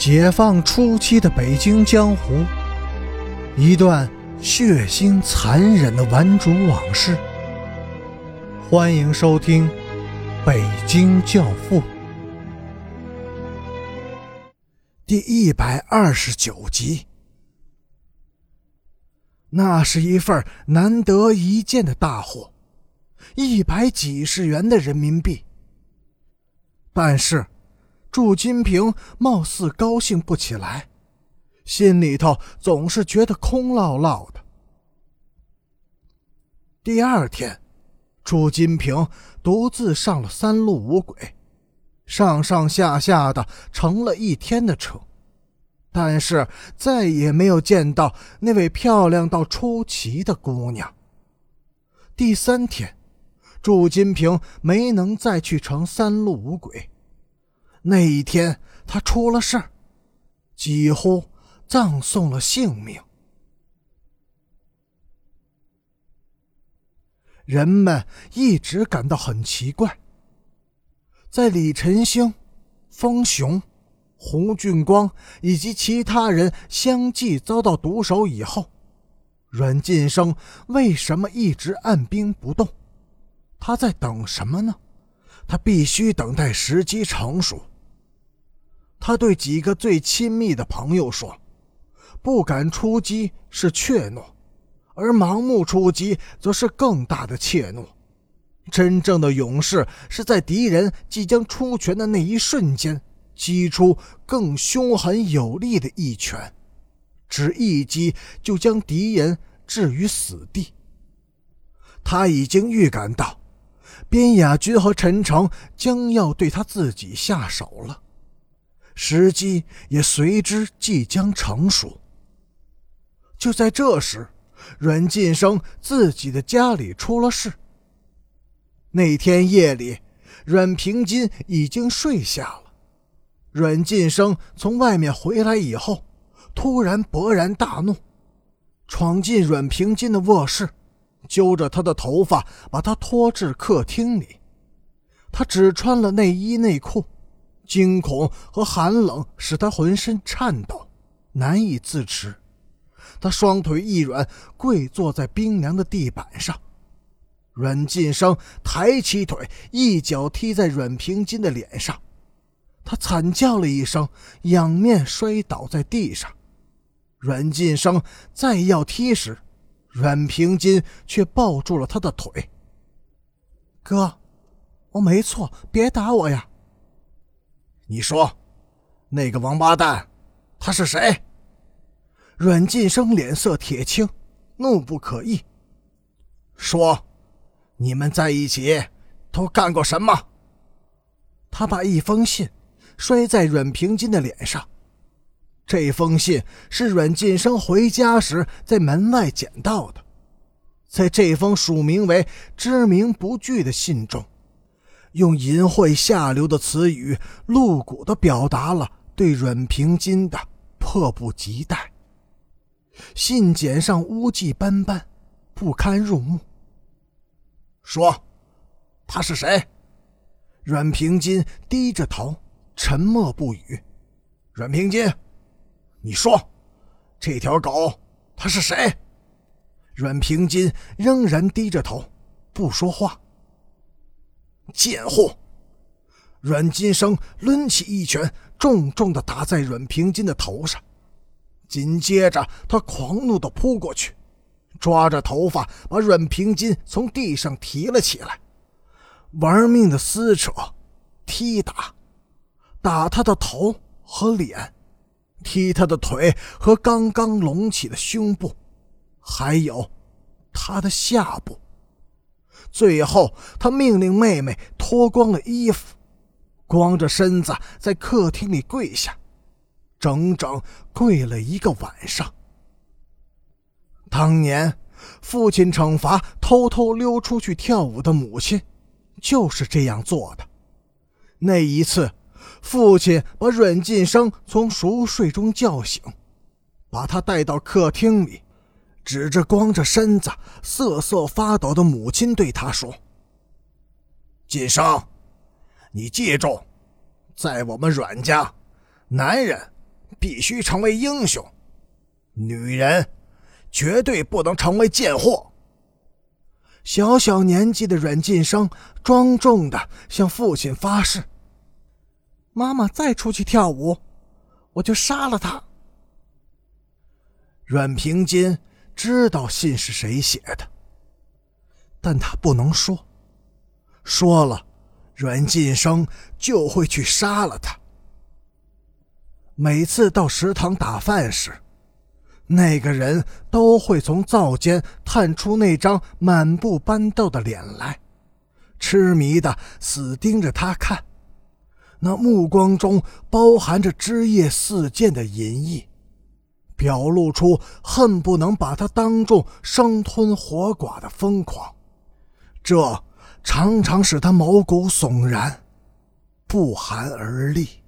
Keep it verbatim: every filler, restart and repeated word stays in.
解放初期的北京江湖，一段血腥残忍的顽主往事。欢迎收听《北京教父》第一百二十九集。那是一份难得一见的大货，一百几十元的人民币。但是祝金平貌似高兴不起来，心里头总是觉得空落落的。第二天，祝金平独自上了三路五轨，上上下下的乘了一天的车，但是再也没有见到那位漂亮到出奇的姑娘。第三天，祝金平没能再去乘三路五轨。那一天他出了事儿，几乎葬送了性命。人们一直感到很奇怪，在李晨星、风雄、胡俊光以及其他人相继遭到毒手以后，阮晋生为什么一直按兵不动？他在等什么呢？他必须等待时机成熟。他对几个最亲密的朋友说，不敢出击是怯懦，而盲目出击则是更大的怯懦。真正的勇士是在敌人即将出拳的那一瞬间击出更凶狠有力的一拳，只一击就将敌人置于死地。他已经预感到边雅军和陈诚将要对他自己下手了，时机也随之即将成熟。就在这时，阮晋生自己的家里出了事。那天夜里，阮平金已经睡下了。阮晋生从外面回来以后，突然勃然大怒，闯进阮平金的卧室，揪着他的头发把他拖至客厅里。他只穿了内衣内裤，惊恐和寒冷使他浑身颤抖，难以自持。他双腿一软，跪坐在冰凉的地板上。阮晋生抬起腿，一脚踢在阮平金的脸上。他惨叫了一声，仰面摔倒在地上。阮晋生再要踢时，阮平金却抱住了他的腿。哥，我没错，别打我呀。 你说，那个王八蛋，他是谁？ 阮晋生脸色铁青，怒不可遏。 说，你们在一起都干过什么？ 他把一封信摔在阮平金的脸上。这封信是阮晋生回家时在门外捡到的。在这封署名为知名不惧的信中，用淫秽下流的词语露骨地表达了对阮平金的迫不及待。信笺上污迹斑斑，不堪入目。 说，他是谁？ 阮平金低着头，沉默不语。 阮平金，你说，这条狗他是谁？ 阮平金仍然低着头，不说话。 贱货！ 阮金生抡起一拳，重重地打在阮平金的头上。紧接着他狂怒地扑过去，抓着头发把阮平金从地上提了起来，玩命地撕扯、踢打，打他的头和脸，踢他的腿和刚刚隆起的胸部，还有他的下部。最后他命令妹妹脱光了衣服，光着身子在客厅里跪下，整整跪了一个晚上。当年父亲惩罚偷偷溜出去跳舞的母亲就是这样做的。那一次，父亲把阮晋生从熟睡中叫醒，把他带到客厅里，指着光着身子瑟瑟发抖的母亲对他说， 晋生，你记住，在我们阮家，男人必须成为英雄，女人绝对不能成为贱货。 小小年纪的阮晋生庄重地向父亲发誓：妈妈再出去跳舞，我就杀了她。阮平金知道信是谁写的，但他不能说，说了阮晋生就会去杀了他。每次到食堂打饭时，那个人都会从灶间探出那张满布斑痘的脸来，痴迷地死盯着他看，那目光中包含着枝叶似溅的淫意，表露出恨不能把他当众生吞活剐的疯狂。这常常使他毛骨悚然，不寒而栗。